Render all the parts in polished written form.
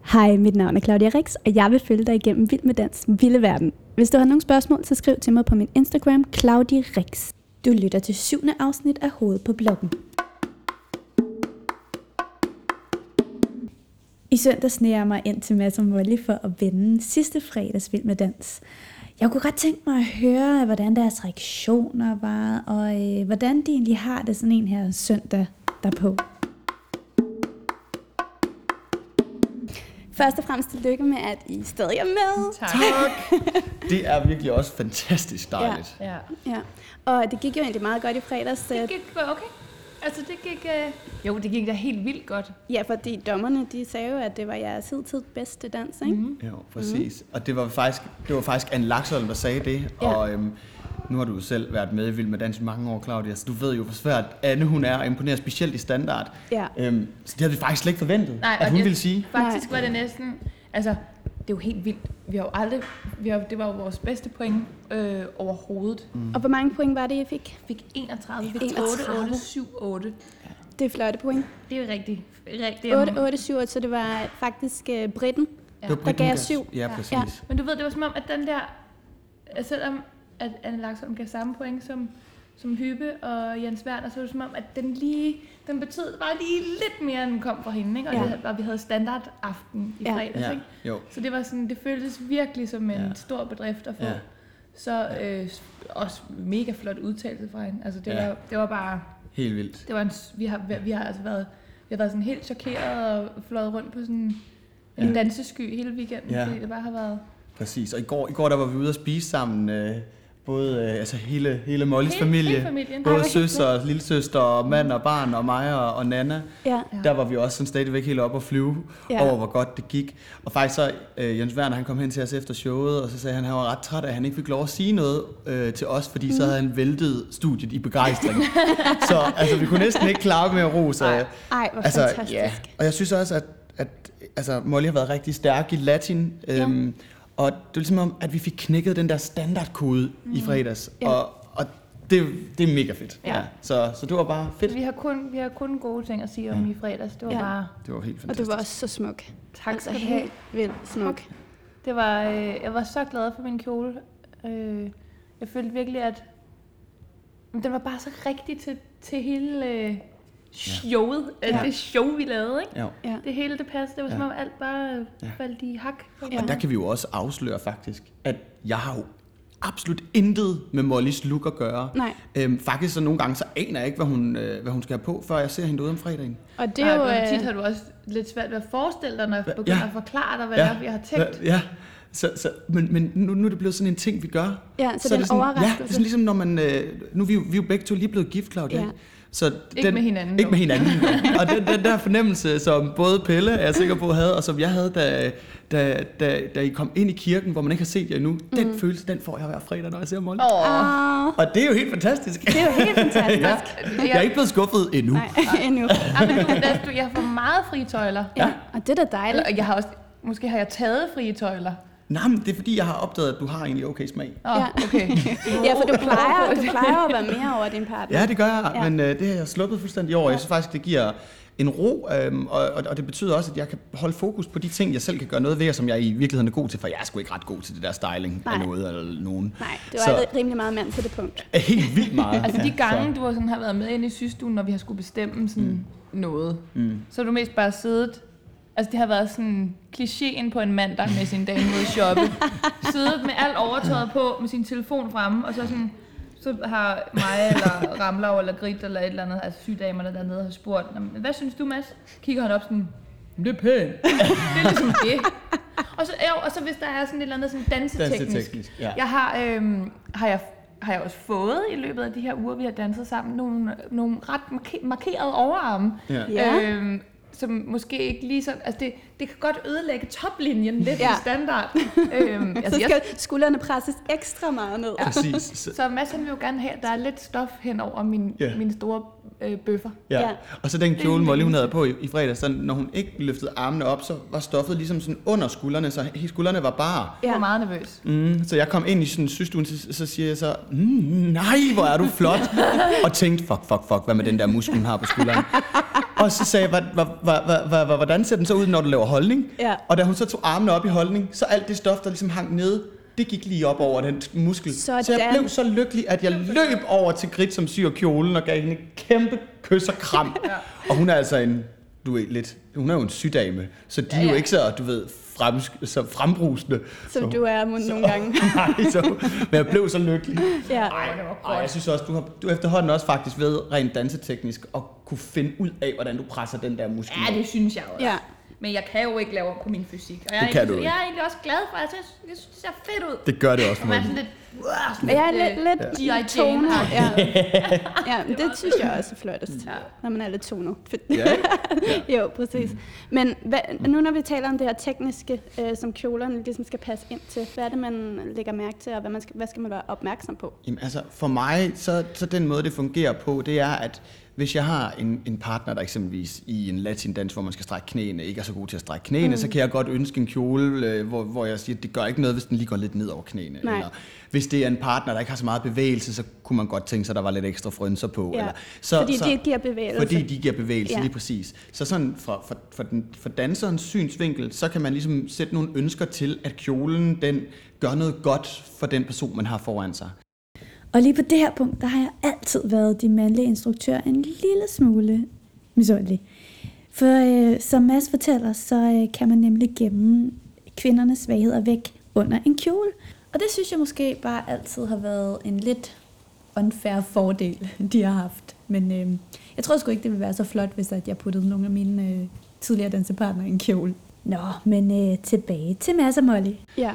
Hej, mit navn er Claudia Rix, og jeg vil følge dig igennem Vild med Dans vilde verden. Hvis du har nogle spørgsmål, så skriv til mig på min Instagram, Claudia Rix. Du lytter til 7. afsnit af Hovedet på Blokken. I søndag sneer jeg mig ind til Mads og Molly for at vende sidste fredags Vild med Dans. Jeg kunne godt tænke mig at høre, hvordan deres reaktioner var, og hvordan de egentlig har det sådan en her søndag derpå. Først og fremmest tillykke med, at I stadig er med. Tak. Det er virkelig også fantastisk dejligt. Ja. Og det gik jo egentlig meget godt i fredags. Det gik okay. Altså det gik... det gik da helt vildt godt. Ja, fordi dommerne, de sagde jo, at det var jeres hidtil bedste dans, ikke? Mm-hmm. Jo, præcis. Og det var faktisk Anne Laksholm, der sagde det. Ja. Og nu har du jo selv været med i Vild med Dans i mange år, Claudia, så du ved jo, hvor svært Anne hun er at imponere, specielt i standard. Ja. Så det havde vi faktisk slet ikke forventet, at hun ville sige. Faktisk var det næsten... Altså, det er jo helt vildt. Vi har jo aldrig... det var jo vores bedste point overhovedet. Mm. Og hvor mange point var det, I fik? Vi fik 31. Vi fik 8, 7, 8. Ja. Det er flotte point. Det er jo rigtigt. 8, 7, 8, så det var faktisk Britten, der gav 7. Ja, præcis. Ja. Men du ved, det var som om, at den der... Selvom at Anne Laksholm gav samme point som Hyppe og Jens Werner, så var det som om, at den betød bare lige lidt mere, end den kom fra hende, ikke? Og vi havde standardaften i fredags, ikke? Jo. Så det var sådan, det føltes virkelig som en stor bedrift at få. Ja. Så også mega flot udtalelse fra hende. Altså det var bare helt vildt. Det var vi har altså været sådan helt chokeret og fløjet rundt på sådan en dansesky hele weekenden, fordi det bare har været. Præcis. Og i går der var vi ude at spise sammen. Både hele Mollys familie, både søster, lillesøster, og mand og barn og mig og Nana. Ja. Der var vi også sådan stadigvæk helt oppe og flyve over, hvor godt det gik. Og faktisk så, Jens Werner, han kom hen til os efter showet, og så sagde han var ret træt af, at han ikke fik lov at sige noget til os, fordi så havde han væltet studiet i begejstring. Så altså, vi kunne næsten ikke klare med at rose. Ej, hvor fantastisk. Ja. Og jeg synes også, at Molly har været rigtig stærk i latin. Og det var ligesom om, at vi fik knækket den der standardkode i fredags, og det er mega fedt. Ja. Så det var bare fedt. Vi har kun gode ting at sige om i fredags. Det var bare... Det var helt fantastisk. Og du var også så smuk. Tak skal du have. Helt vildt smuk. Det var, jeg var så glad for min kjole. Jeg følte virkelig, at den var bare så rigtig til hele... showet, det show vi lavede, ikke? Ja. Det hele det passede, det var som om alt bare faldt i hak. Og der kan vi jo også afsløre faktisk, at jeg har jo absolut intet med Mollys look at gøre. Nej. Faktisk så nogle gange, så aner jeg ikke, hvad hun skal have på, før jeg ser hende ude om fredagen. Og det er jo... tit har du også lidt svært ved at forestille dig, når jeg begynder at forklare dig, hvad det er, vi har tænkt. Ja. Men nu er det blevet sådan en ting, vi gør. Ja, så det er en overraskelse. Ja, det er sådan ligesom, når man... Nu er vi jo begge to lige blevet gift, Claudia. Ja. Så ikke med hinanden. Ikke med hinanden. Og den der fornemmelse, som både Pelle er jeg sikker på havde, og som jeg havde, da I kom ind i kirken, hvor man ikke har set jer endnu, den følelse, den får jeg hver fredag, når jeg ser Molly. Og det er jo helt fantastisk. Det er jo helt fantastisk. Jeg er ikke blevet skuffet endnu. Nej, endnu. Jeg har for meget frie tøjler. Ja, og det er da dejligt. Og måske har jeg taget frie tøjler. Nej, men det er fordi, jeg har opdaget, at du har egentlig okay smag. Okay. Ja, for du plejer at være mere over din partner. Ja, det gør jeg, men det har jeg sluppet fuldstændig over. Jeg synes faktisk, det giver en ro, og det betyder også, at jeg kan holde fokus på de ting, jeg selv kan gøre noget ved, og som jeg i virkeligheden er god til, for jeg er sgu ikke ret god til det der styling af noget eller nogen. Nej, det var rimelig meget mand til det punkt. Helt vildt meget. Altså de gange, du har været med inde i systuen, når vi har skulle bestemme sådan noget, så har du mest bare siddet. Altså det har været sådan klichéen på en mand, der med sin dame ude at shoppe. Siddet med alt overtøjet på, med sin telefon fremme, og så har mig eller Ramlau eller Grit eller et eller andet, altså sygdamerne dernede har spurgt, hvad synes du, Mads? Kigger han op sådan, det er pænt. Det er ligesom det. Og så hvis der er sådan et eller andet sådan danseteknisk. Jeg har jeg også fået i løbet af de her uger, vi har danset sammen, nogle ret markerede overarme. Som måske ikke lige sådan... Altså det kan godt ødelægge toplinjen lidt i standard. Så skal skuldrene presses ekstra meget ned. Ja. Præcis. Så Mads han vil jo gerne have, at der er lidt stof hen over mine store bøffer. Ja. Og så den kjole, Molly hun havde på i fredags, så når hun ikke løftede armene op, så var stoffet ligesom sådan under skuldrene, så skuldrene var bare. Jeg var meget nervøs. Så jeg kom ind i sådan en systuen, så siger jeg så, nej, hvor er du flot. Og tænkte, fuck, hvad med den der muskel, hun har på skulderen. Og så sagde jeg, hvordan ser den så ud, når du laver holdning? Ja. Og da hun så tog armene op i holdning, så alt det stof, der ligesom hang nede, det gik lige op over den muskel. Så jeg blev så lykkelig, at jeg løb over til Grit, som syr kjolen, og gav hende en kæmpe kys og kram. Og hun er altså hun er jo en sygdame, så de er jo ikke så, du ved, så frembrusende. Som du er nogle gange. Nej, men jeg blev så lykkelig. Ja. Ej, jeg synes også, du efterhånden også faktisk ved rent danseteknisk at kunne finde ud af, hvordan du presser den der muskel. Ja, det synes jeg også. Ja. Men jeg kan jo ikke lave om på min fysik. Og jeg det kan du ikke. Jeg er egentlig også glad for, at jeg synes, det ser fedt ud. Det gør det også for mig. Jeg er lidt G.I. Jane. Ja, men det synes jeg også er flottest, når man er lidt tonet. Ja. Jo, præcis. Men nu når vi taler om det her tekniske, som kjolerne ligesom skal passe ind til, hvad er det, man lægger mærke til, og hvad skal man være opmærksom på? Jamen altså, for mig, så den måde, det fungerer på, det er, at hvis jeg har en partner, der eksempelvis i en latindans, hvor man skal strække knæene, ikke er så god til at strække knæene, så kan jeg godt ønske en kjole, hvor jeg siger, at det gør ikke noget, hvis den lige går lidt ned over knæene. Nej. Eller hvis det er en partner, der ikke har så meget bevægelse, så kunne man godt tænke sig, at der var lidt ekstra frynser på. Ja, eller, fordi det giver bevægelse. Fordi de giver bevægelse, lige præcis. Så sådan for danserens synsvinkel, så kan man ligesom sætte nogle ønsker til, at kjolen den gør noget godt for den person, man har foran sig. Og lige på det her punkt, der har jeg altid været de mandlige instruktører en lille smule misundelig. For som Mads fortæller, så kan man nemlig gemme kvindernes svagheder væk under en kjole. Og det synes jeg måske bare altid har været en lidt unfair fordel, de har haft. Men jeg tror sgu ikke, det ville være så flot, hvis jeg puttede nogle af mine tidligere dansepartnere i en kjole. Nå, men tilbage til Mads og Molly. Ja.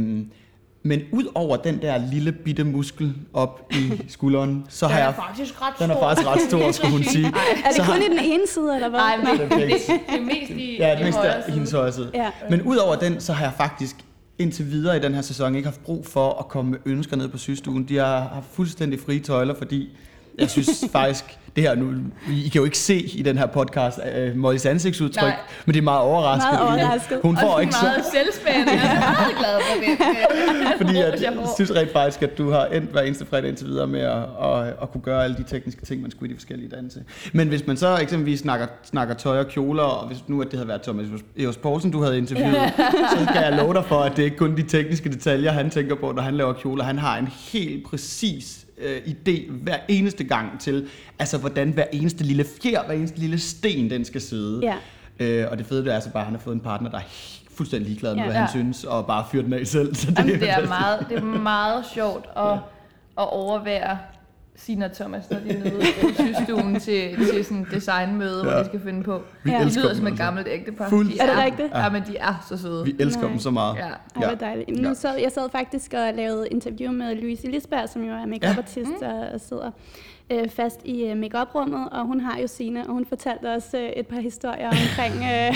Men ud over den der lille bitte muskel op i skulderen, så har jeg... Den er faktisk ret stor, skulle hun sige. Er det kun i den ene side, eller hvad? Nej, men det er mest i hendes højre side. Ja. Men ud over den, så har jeg faktisk indtil videre i den her sæson ikke haft brug for at komme med ønsker ned på systuen. De har haft fuldstændig frie tøjler, fordi jeg synes faktisk... Det her nu, I kan jo ikke se i den her podcast Mollys ansigtsudtryk, men det er meget overrasket. Hun får ikke så meget selvspændende. Jeg er meget glad for det. Fordi jeg synes rent faktisk, at du har endt hver eneste fredag indtil videre med at kunne gøre alle de tekniske ting, man skulle i de forskellige danse. Men hvis man så eksempelvis snakker tøj og kjoler, og hvis nu at det havde været Thomas Evers Poulsen, du havde interviewet, så skal jeg love dig for, at det ikke kun de tekniske detaljer, han tænker på, når han laver kjoler. Han har en helt præcis idé hver eneste gang til, altså hvordan hver eneste lille fjer, hver eneste lille sten, den skal sidde. Ja. Og det fede det er altså bare, at han har fået en partner, der er fuldstændig ligeglad med, hvad han synes, og bare fyrer den af selv. Så det er meget sjovt at overvære Signe og Thomas, når de er nede i systuen til sådan et designmøde, hvor de skal finde på. Vi elsker lyder som et gammelt ægtepar. Er det rigtigt? Ja, men de er så søde. Vi elsker dem så meget. Ja. Det var dejligt. Jeg sad faktisk og lavede interview med Louise Lisberg, som jo er make-up-artist og sidder fast i make-up-rummet, og hun har jo Signe, og hun fortalte også et par historier omkring,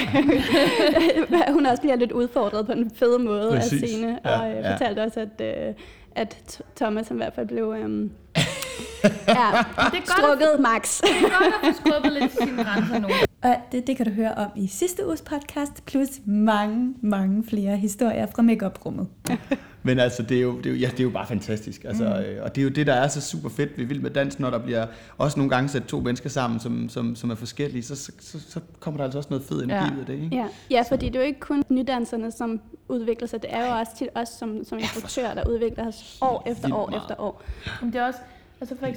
hun også bliver lidt udfordret på en fed måde af Signe, og fortalte også, at Thomas i hvert fald blev strukket max. Det er godt at få skubbet lidt til sine grænser nu. Og det kan du høre om i sidste uges podcast, plus mange flere historier fra make-up-rummet. Men altså, det er jo bare fantastisk. Altså, og det er jo det, der er så super fedt ved Vild med Dans, når der bliver også nogle gange sat to mennesker sammen, som er forskellige, så kommer der altså også noget fed energi ud af det, ikke? Ja, fordi det er jo ikke kun nydanserne, som udvikler sig. Det er jo også til os som instruktører, der udvikler os år efter år. Men det er også, altså for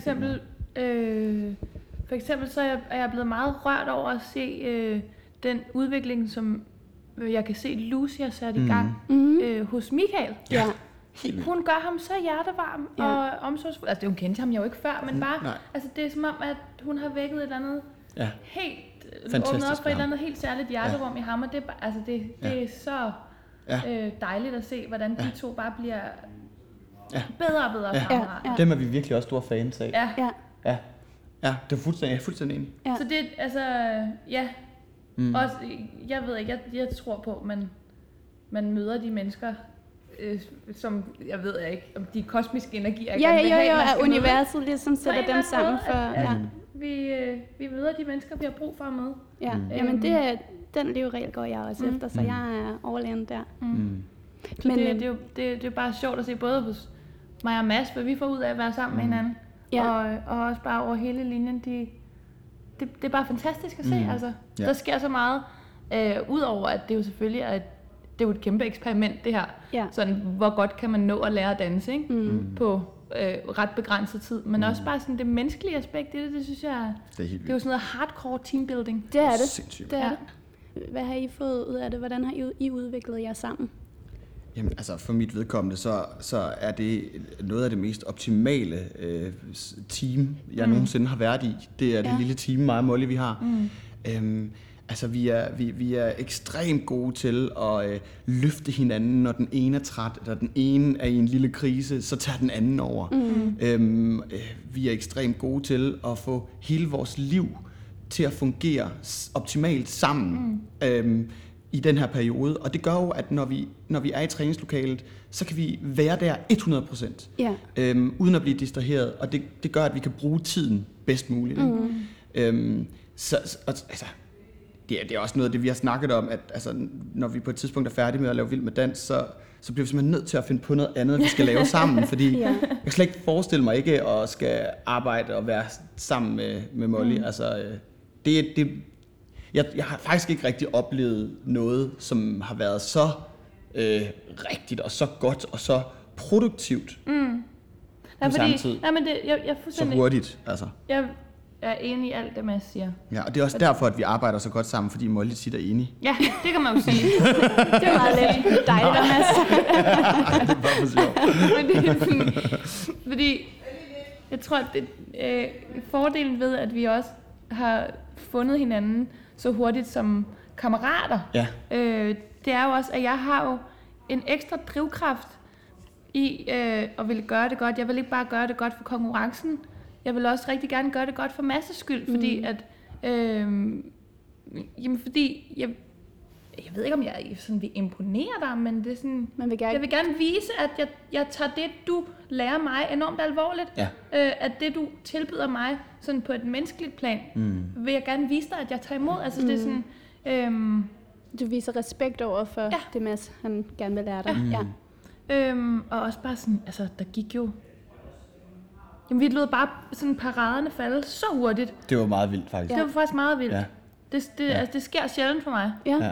eksempel så er jeg blevet meget rørt over at se den udvikling, som jeg kan se Lucy har sat i gang hos Michael. Ja. Hun gør ham så hjertevarm og omsorgsfuld. Altså, hun kendte ham jo ikke før, men bare, altså det er som om, at hun har vækket et eller andet helt, åbnet op for et eller andet helt særligt hjerterum i ham, og det, altså det er så dejligt at se, hvordan de to bare bliver bedre og bedre kammerater. Dem er vi virkelig også store fans af. Ja, det er jeg er fuldstændig enig. Ja. Så det, altså, også, jeg ved ikke, jeg tror på, man møder de mennesker, som, jeg ved ikke, om de kosmiske energier at universet ligesom sætter dem sammen for... Vi møder de mennesker, vi har brug for at møde. Ja, jamen den livregel går jeg også efter, så jeg er all in der. Så men det er bare sjovt at se både hos mig og Mads, hvad vi får ud af at være sammen med hinanden, og også bare over hele linjen, det er bare fantastisk at se. Altså. Ja. Der sker så meget, udover at det jo selvfølgelig er det er jo et kæmpe eksperiment, det her. Ja. Sådan, hvor godt kan man nå at lære at danse, ikke? På ret begrænset tid. Men også bare sådan det menneskelige aspekt i det synes jeg, det er jo sådan noget hardcore teambuilding. Det er det. Sindssygt. Det er det. Hvad har I fået ud af det? Hvordan har I udviklet jer sammen? Jamen, altså for mit vedkommende, så er det noget af det mest optimale team, jeg nogensinde har været i. Det er det lille team, mig og Molly, vi har. Altså, vi er ekstremt gode til at løfte hinanden, når den ene er træt, eller den ene er i en lille krise, så tager den anden over. Vi er ekstremt gode til at få hele vores liv til at fungere optimalt sammen i den her periode. Og det gør jo, at når vi er i træningslokalet, så kan vi være der 100%, uden at blive distraheret. Og det gør, at vi kan bruge tiden bedst muligt. Altså, det er også noget af det, vi har snakket om, at altså, når vi på et tidspunkt er færdige med at lave Vild med Dans, så bliver vi simpelthen nødt til at finde på noget andet, vi skal lave sammen, fordi jeg kan slet ikke forestille mig ikke at skal arbejde og være sammen med Molly. Altså, jeg har faktisk ikke rigtig oplevet noget, som har været så rigtigt og så godt og så produktivt på samme tid. Nej, men jeg så hurtigt, altså. Jeg er enig i alt det, Mads siger. Ja, og det er også derfor, at vi arbejder så godt sammen, fordi Molly tit er enig. Ja, det kan man jo sige. Det er meget let. Dejligt, Mads. Det er bare for sjov. Men det er sådan, fordi jeg tror, at fordelen ved, at vi også har fundet hinanden så hurtigt som kammerater, det er jo også, at jeg har jo en ekstra drivkraft i at ville gøre det godt. Jeg vil ikke bare gøre det godt for konkurrencen. Jeg vil også rigtig gerne gøre det godt for Mads' skyld, fordi at fordi jeg ved ikke, om jeg sådan vil imponere dig, men det er sådan, jeg vil gerne vise, at jeg tager det, du lærer mig, enormt alvorligt. Ja. At det, du tilbyder mig sådan på et menneskeligt plan, vil jeg gerne vise dig, at jeg tager imod. Altså det er sådan... Du viser respekt over for det, Mads, han gerne vil lære dig. Ja. Og også bare sådan, altså der gik jo... Jamen, vi lød bare sådan paraderne falde så hurtigt. Det var meget vildt, faktisk. Det var faktisk meget vildt. Ja. Altså, det sker sjældent for mig. Ja.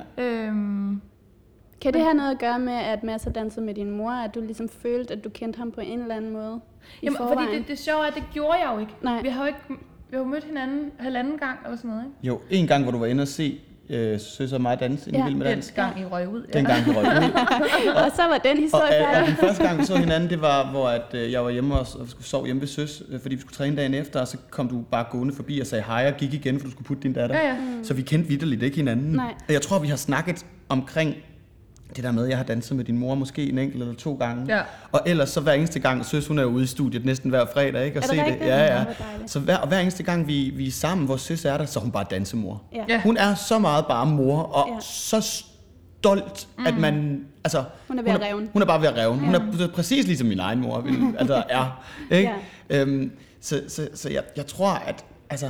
Kan det have noget at gøre med, at Mads har danset med din mor, at du ligesom følte, at du kendte ham på en eller anden måde i forvejen? Fordi det sjove er, at det gjorde jeg jo ikke. Nej. Vi har jo mødt hinanden 1,5 gang eller sådan noget, ikke? Jo, en gang, hvor du var inde og se Søs og mig danse i Vild med Dans. Den gang I røg ud. Den gang I røg ud. Og så var den historie færdig. Og den første gang vi så hinanden, det var, hvor at, jeg var hjemme og skulle sove hjemme ved Søs, fordi vi skulle træne dagen efter, og så kom du bare gående forbi og sagde hej og gik igen, for du skulle putte din datter. Ja. Så vi kendte vitterligt ikke hinanden. Nej. Og jeg tror, vi har snakket omkring det der med, jeg har danset med din mor måske en enkelt eller 2 gange. Ja. Og ellers så hver eneste gang, Søs hun er ude i studiet næsten hver fredag, ikke? Og se det. Ja. Så hver eneste gang vi er sammen, hvor Søs er der, så er hun bare dansemor. Ja. Hun er så meget bare mor, og så stolt, at man... Altså, hun er ved at revne. Hun er bare ved at revne. Hun er præcis ligesom min egen mor, altså er. Ikke? Ja. Så jeg tror, at altså,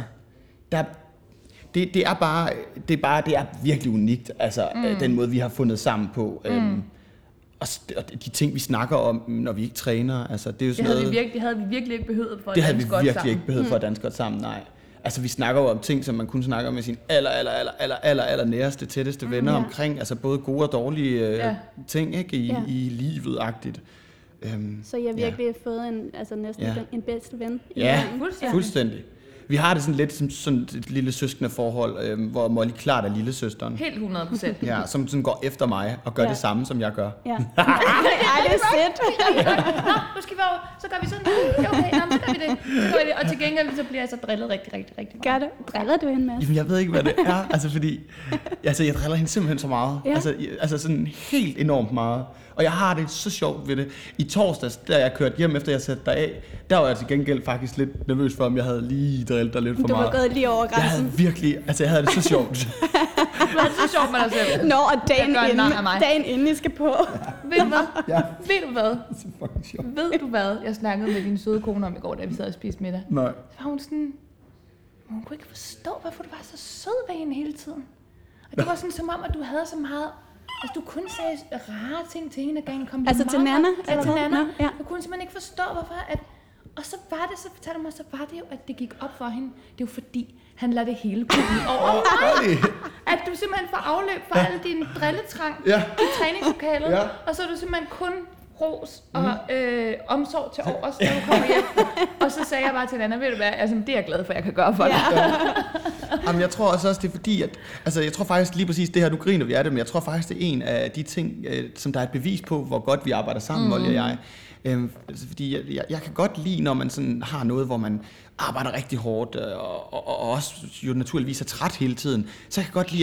det er virkelig unikt, altså den måde, vi har fundet sammen på. Og de ting, vi snakker om, når vi ikke træner, altså det er jo sådan noget... Det havde vi virkelig ikke behøvet for at danse godt sammen. Det havde vi virkelig ikke behøvet for at danse godt sammen, nej. Altså vi snakker jo om ting, som man kun snakker med sine aller næreste, tætteste venner omkring, altså både gode og dårlige ting, ikke, i livet-agtigt. Så jeg har virkelig fået næsten en bedste ven. Ja, fuldstændig. Vi har det sådan lidt som sådan et lille søskende forhold, hvor Molly klart er lillesøsteren. Helt 100%. Ja, som sådan går efter mig og gør det samme, som jeg gør. Ja. Ej, det er fedt. Nå, nu skal vi over. Så gør vi sådan. Okay, så gør vi det. Og til gengæld så bliver jeg så drillet rigtig meget. Gør det? Driller du hende, Mads? Jamen, jeg ved ikke, hvad det er. Altså, fordi jeg driller hende simpelthen så meget. Ja. Altså sådan helt enormt meget. Og jeg har det så sjovt ved det. I torsdags, da jeg kørte hjem, efter jeg satte dig af, der var jeg til gengæld faktisk lidt nervøs for, om jeg havde lige drillet dig lidt for meget. Du var gået lige over grænsen. Jeg havde virkelig, jeg havde det så sjovt. Du havde det så sjovt med dig selv. Nå, og dagen inden I skal på. Ved du hvad? Ja. Ved du hvad? Det er så fucking sjovt. Ved du hvad? Jeg snakkede med din søde kone om i går, da vi sad og spiste middag. Nej. Så var hun sådan, hun kunne ikke forstå, hvorfor du var så sød ved hende hele tiden. Og det var sådan som om, at du havde så meget... Altså, du kun sagde rare ting til hende, og gav en kompliment. Altså til Nana? Ja, til Nana. Ja. Jeg kunne simpelthen ikke forstå, hvorfor at Og så fortalte mig, så var det jo, at det gik op for hende. Det er jo fordi, han lader det hele gå ud over mig. At du simpelthen får afløb for alle dine drilletrang i træningslokalet. Ja. Og så er du simpelthen kun ros og omsorg til overs, når du kommer hjem. Og så sagde jeg bare til Anna, ved du hvad, altså, det er jeg glad for, jeg kan gøre for dig. Ja. Jamen, jeg tror også, det er fordi, at altså, jeg tror faktisk lige præcis det her, du griner vi af det, men jeg tror faktisk, det er en af de ting, som der er et bevis på, hvor godt vi arbejder sammen, Molly og jeg. Fordi jeg kan godt lide, når man sådan har noget, hvor man arbejder rigtig hårdt, og også jo naturligvis er træt hele tiden, så jeg kan godt lide,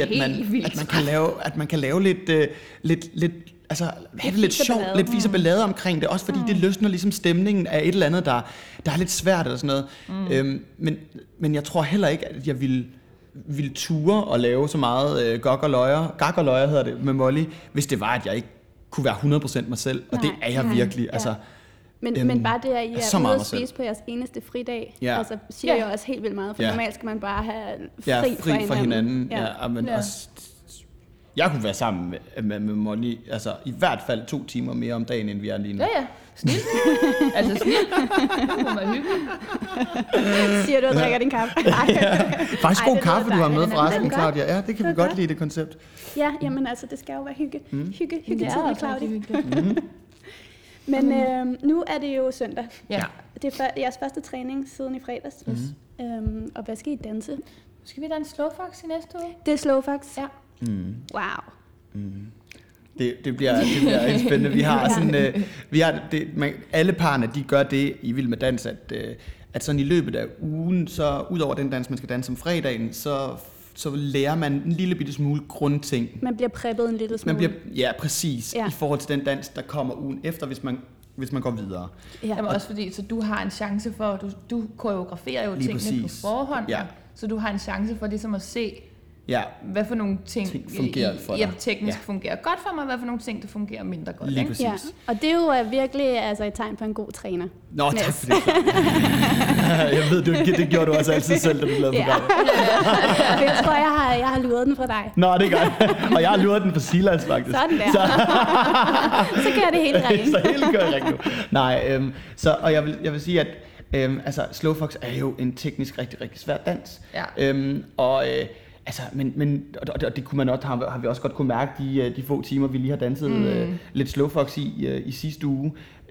at man kan lave lidt altså have det lidt sjovt, lidt fis og ballade omkring det, også fordi det løsner ligesom stemningen af et eller andet, der er lidt svært eller sådan noget. Men jeg tror heller ikke, at jeg ville ture og lave så meget gak og løjer hedder det, med Molly, hvis det var, at jeg ikke kunne være 100% mig selv, og det er jeg virkelig. Altså, men bare det, at I er ude at spise på jeres eneste fridag, altså siger jo også helt vildt meget, for normalt skal man bare have fri fra hinanden. Men også, jeg kunne være sammen med Molly, altså i hvert fald 2 timer mere om dagen, end vi er lige nu. Ja. Snilt. Altså snilt. Det må være hyggeligt. Siger du, at drikker din kaffe? Faktisk god kaffe, du har med forresten, Claudia. Ja, det kan vi godt lide, det koncept. Ja, jamen altså, det skal jo være hygge tid med Claudia. Men nu er det jo søndag. Ja. Det er jeres første træning siden i fredags. Og hvad skal I danse? Skal vi danse slowfox i næste uge? Det er slowfox? Ja. Wow. Det bliver rigtig spændende. Vi har sådan, alle parerne, de gør det i Vild med Dans, at sådan i løbet af ugen, så ud over den dans, man skal danse om fredagen, så lærer man en lille bitte smule grundting. Man bliver preppet en lille smule. Præcis. I forhold til den dans, der kommer ugen efter, hvis man går videre. Ja. Jamen også fordi, så du har en chance for, du koreograferer jo tingene på forhånd, så du har en chance for ligesom at se, hvad for nogle ting fungerer for dig. Teknisk fungerer godt for mig, hvad for nogle ting, der fungerer mindre godt. Lige præcis. Ja. Og det er jo virkelig et tegn på en god træner. Nå, tak for det. Jeg ved, det gjorde du også altid selv, da du lavede programmet. Jeg tror, jeg har luret den fra dig. Nå, det gør jeg. Og jeg har luret den fra Silas, faktisk. Sådan der. Så gør det helt rigtigt. Så helt gør det rigtigt. Nej, og jeg vil sige, at slowfox er jo en teknisk rigtig, rigtig svær dans. Ja. Men det kunne man også, har vi også godt kunne mærke de få timer, vi lige har danset lidt slowfox i sidste uge.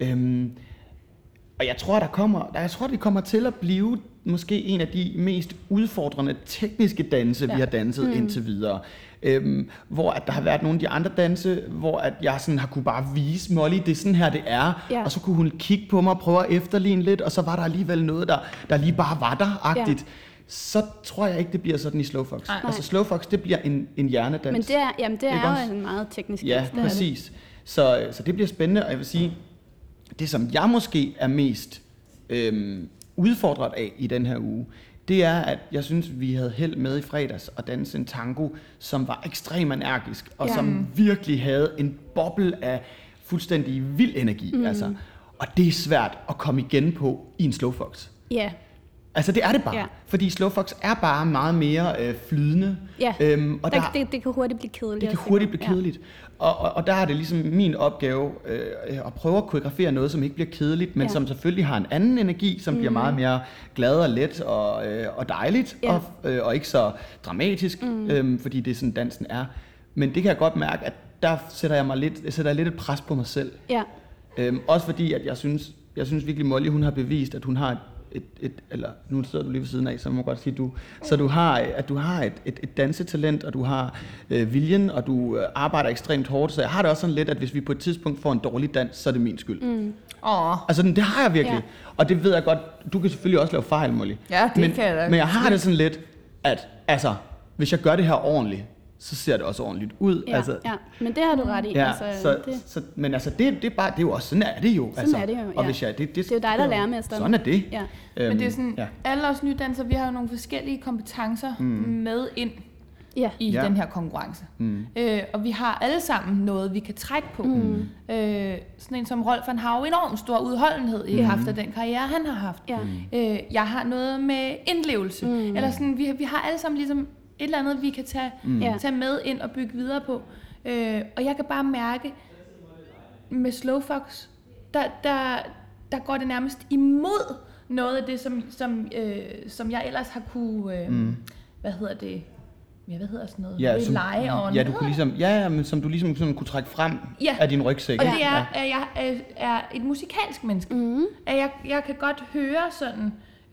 Og jeg tror, det kommer til at blive måske en af de mest udfordrende tekniske danse, vi har danset indtil videre. Hvor at der har været nogle af de andre danse, hvor at jeg sådan har kunne bare vise Molly, det er sådan her, det er. Ja. Og så kunne hun kigge på mig og prøve at efterligne lidt, og så var der alligevel noget, der lige bare var der-agtigt. Ja. Så tror jeg ikke, det bliver sådan i slowfox. Altså slowfox, det bliver en hjernedans. Men det er jo en meget teknisk dans. Ja, præcis. Så det bliver spændende, og jeg vil sige, det som jeg måske er mest udfordret af i den her uge, det er, at jeg synes, vi havde held med i fredags at danse en tango, som var ekstremt energisk, og som virkelig havde en boble af fuldstændig vild energi. Altså. Og det er svært at komme igen på i en slowfox. Ja. Altså det er det bare, fordi slowfox er bare meget mere flydende. Ja, og det kan hurtigt blive kedeligt. Det kan hurtigt blive kedeligt. Og der er det ligesom min opgave at prøve at koreografere noget, som ikke bliver kedeligt, men som selvfølgelig har en anden energi, som bliver meget mere glad og let og dejligt, og ikke så dramatisk, fordi det er sådan dansen er. Men det kan jeg godt mærke, at der sætter jeg lidt et pres på mig selv. Ja. Også fordi, at jeg synes virkelig, Molly, hun har bevist, at hun har eller nu sidder du lige ved siden af, så må jeg godt sige, at du har et dansetalent, og du har viljen, og du arbejder ekstremt hårdt, så jeg har det også sådan lidt, at hvis vi på et tidspunkt får en dårlig dans, så er det min skyld. Altså det har jeg virkelig, og det ved jeg godt, du kan selvfølgelig også lave fejl, Molly. Ja, det kan jeg da. Men jeg har det sådan lidt, at hvis jeg gør det her ordentligt, så ser det også ordentligt ud. Ja, men det har du ret i. Ja, men altså, det er bare, det er jo også, sådan er det jo. Sådan er det jo, ja. Og hvis det er jo dig, der lærer mesteren. Sådan er det. Ja. Men det er sådan, alle os nydanser, vi har jo nogle forskellige kompetencer med ind i den her konkurrence. Og vi har alle sammen noget, vi kan trække på. Sådan en som Rolf, han har jo enormt stor udholdenhed i haft af den karriere, han har haft. Jeg har noget med indlevelse. Eller sådan, vi har alle sammen ligesom et eller andet, vi kan tage med ind og bygge videre på. Og jeg kan bare mærke, med slowfox, der går det nærmest imod noget af det, som jeg ellers har kunne, hvad hedder sådan noget? Ja, lege og ja, du kunne ligesom, men som du ligesom sådan kunne trække frem af din rygsæk. Og det er, at jeg er et musikalsk menneske. At jeg kan godt høre sådan,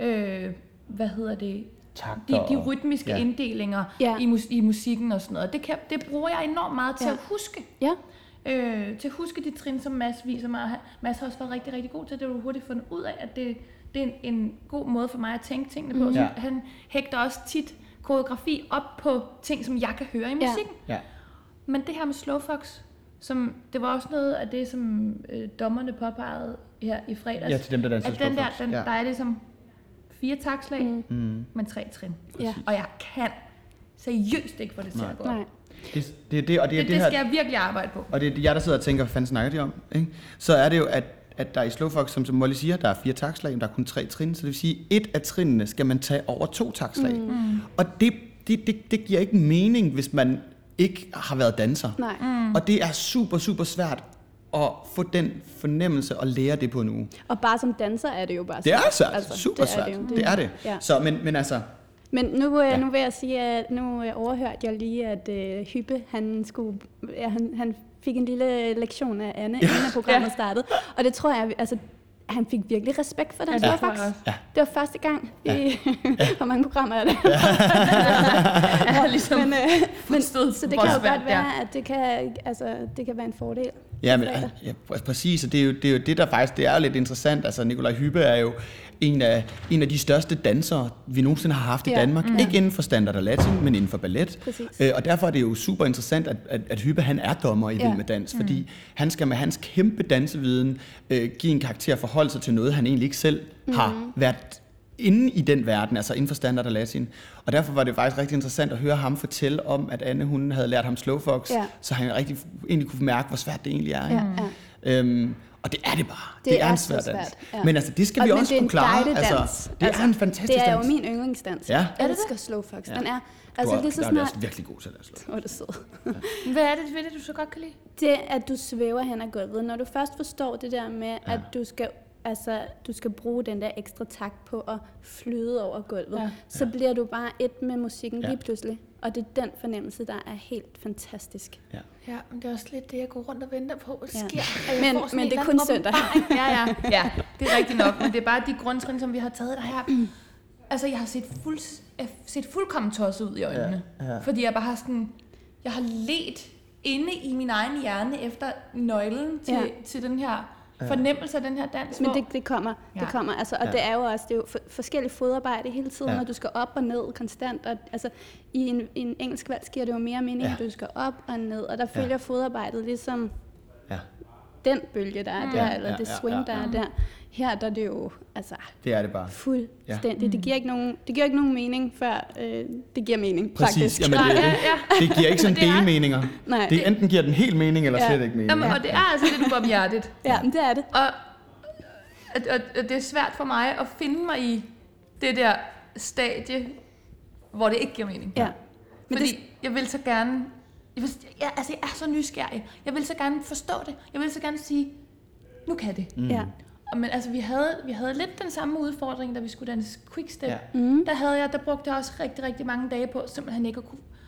de rytmiske inddelinger i musikken og sådan noget. Det bruger jeg enormt meget til at huske. Ja. Til at huske de trin, som Mads viser mig. Mads har også været rigtig, rigtig god til det. Du har hurtigt fundet ud af, at det er en god måde for mig at tænke tingene på. Så han hægter også tit koreografi op på ting, som jeg kan høre i musikken. Ja. Men det her med slowfox, det var også noget af det, som dommerne påpegede her i fredags. Ja, til dem, der danser slowfox. Der er ligesom 4 taktslag, men 3 trin. Ja. Og jeg kan seriøst ikke få det til at gå op. Det skal jeg virkelig arbejde på. Og det er jer, der sidder og tænker, hvad fanden snakker de om? Ikke? Så er det jo, at der i slowfox, som Molly siger, der er 4 taktslag, men der er kun 3 trin, så det vil sige, 1 af trinene skal man tage over 2 taktslag. Og det giver ikke mening, hvis man ikke har været danser. Og det er super, super svært at få den fornemmelse og lære det på en uge. Og bare som danser er det jo bare svært. Det er svært, super svært. Det er det. Ja. Så, men altså... Men nu vil jeg sige, at nu overhørte jeg lige, at Hyppe, han fik en lille lektion af Anne, inden programmet startede. Og det tror jeg, altså, han fik virkelig respekt for den slowfox. Det var første gang i... Hvor mange programmer er det? Så det kan jo godt være, at det kan være en fordel. Ja, men præcis, og det er jo det, der faktisk det er lidt interessant. Altså, Nikolaj Hyppe er jo en af de største dansere, vi nogensinde har haft i Danmark. Ikke inden for standard og latin, men inden for ballet. Og derfor er det jo super interessant, at Hyppe, han er dommer i Vild med Dans, fordi han skal med hans kæmpe danseviden give en karakter forholde sig til noget, han egentlig ikke selv har været inde i den verden, altså inden for standard og latin. Og derfor var det faktisk rigtig interessant at høre ham fortælle om, at Anne, hun havde lært ham slowfox, så han egentlig kunne mærke, hvor svært det egentlig er. Og det er det bare. Det er en svær dans. Ja. Men altså, det skal vi også kunne klare. Altså, det er en fantastisk dans. Det er jo min yndlingsdans. Ja. Jeg elsker slowfox. Den er... Altså, det er så snart... også virkelig god til at lave slowfox. Hvor er det sød. Hvad er det ved det, du så godt kan lide? Det er, at du svæver hen ad gulvet. Når du først forstår det der med, at du skal bruge den der ekstra takt på at flyde over gulvet, så bliver du bare et med musikken lige pludselig. Og det er den fornemmelse, der er helt fantastisk. Ja, men det er også lidt det, jeg går rundt og venter på, sker. Men det er kun søndag. Ja, det er rigtigt nok. Men det er bare de grundtrin, som vi har taget der her. Altså, jeg har set fuldkommen tosset ud i øjnene. Fordi jeg bare har jeg har ledt inde i min egen hjerne efter nøglen til den her fornemmelse af den her dans. Men det kommer. Altså, og det er jo også forskellige fodarbejde hele tiden, og du skal op og ned konstant. Og, altså, i en engelsk vals giver det jo mere mening, at du skal op og ned, og der følger fodarbejdet ligesom den bølge, der er der, eller det swing, der er der. Her der er det jo, altså, det er det bare. Fuldstændig. Det giver ikke nogen mening, før det giver mening, præcis. Faktisk. Jamen, det giver ikke sådan delmeninger. Det enten giver den helt mening, eller slet ikke mening. Jamen, og det er altså lidt ubarmhjertigt. Ja, men det er det. Og det er svært for mig at finde mig i det der stadie, hvor det ikke giver mening. Ja. Fordi jeg vil så gerne... Jeg er så nysgerrig. Jeg vil så gerne forstå det. Jeg vil så gerne sige, nu kan det. Ja. Men altså, vi havde lidt den samme udfordring, da vi skulle danse quickstep. Der brugte jeg også rigtig, rigtig mange dage på simpelthen ikke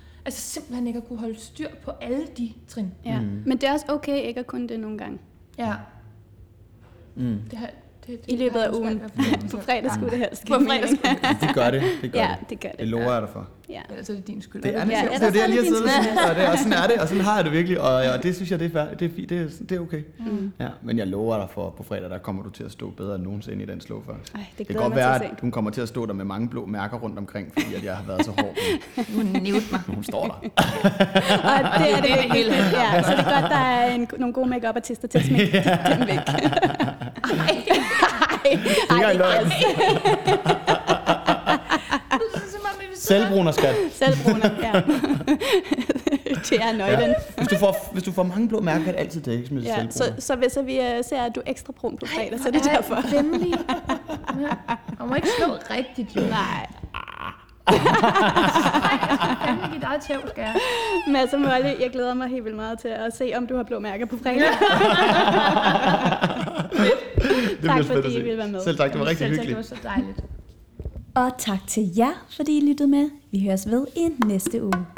at kunne holde styr på alle de trin. Ja. Men det er også okay ikke at kunne det nogle gange. Ja. I løbet af ugen. På fredag skulle det helst. På fredag skulle det. Det gør det. Det gør det. Det lover jeg dig for. Ja. Ellers er det din skyld. Det er det, jeg lige har siddet og sige, og sådan er det, og sådan har jeg det virkelig, og det synes jeg, det er okay. Ja, men jeg lover dig for, på fredag, der kommer du til at stå bedre end nogensinde i den slowfox. Det kan godt være, at hun kommer til at stå der med mange blå mærker rundt omkring, fordi at jeg har været så hård. Hun nævnte mig. Hun står der. Og det er det hele. Ja, så det er godt, der er nogle gode make-up-artister til at smække dem væk. Selvbruner, skat. Selvbruner, ja. Det er nøglen. Ja. Hvis du får mange blå mærker, er det altid det, ikke? Som så hvis vi ser, at du er ekstra brun på fredag, så er det derfor. Vemmelig. Man må ikke slå rigtigt, jo. Nej. Give dig tæv, skal jeg. Mads og Molly, jeg glæder mig helt vildt meget til at se, om du har blå mærker på fredag. Tak fordi I ville være med. Selv tak, det var rigtig hyggeligt. Det var så dejligt. Og tak til jer, fordi I lyttede med. Vi høres ved i næste uge.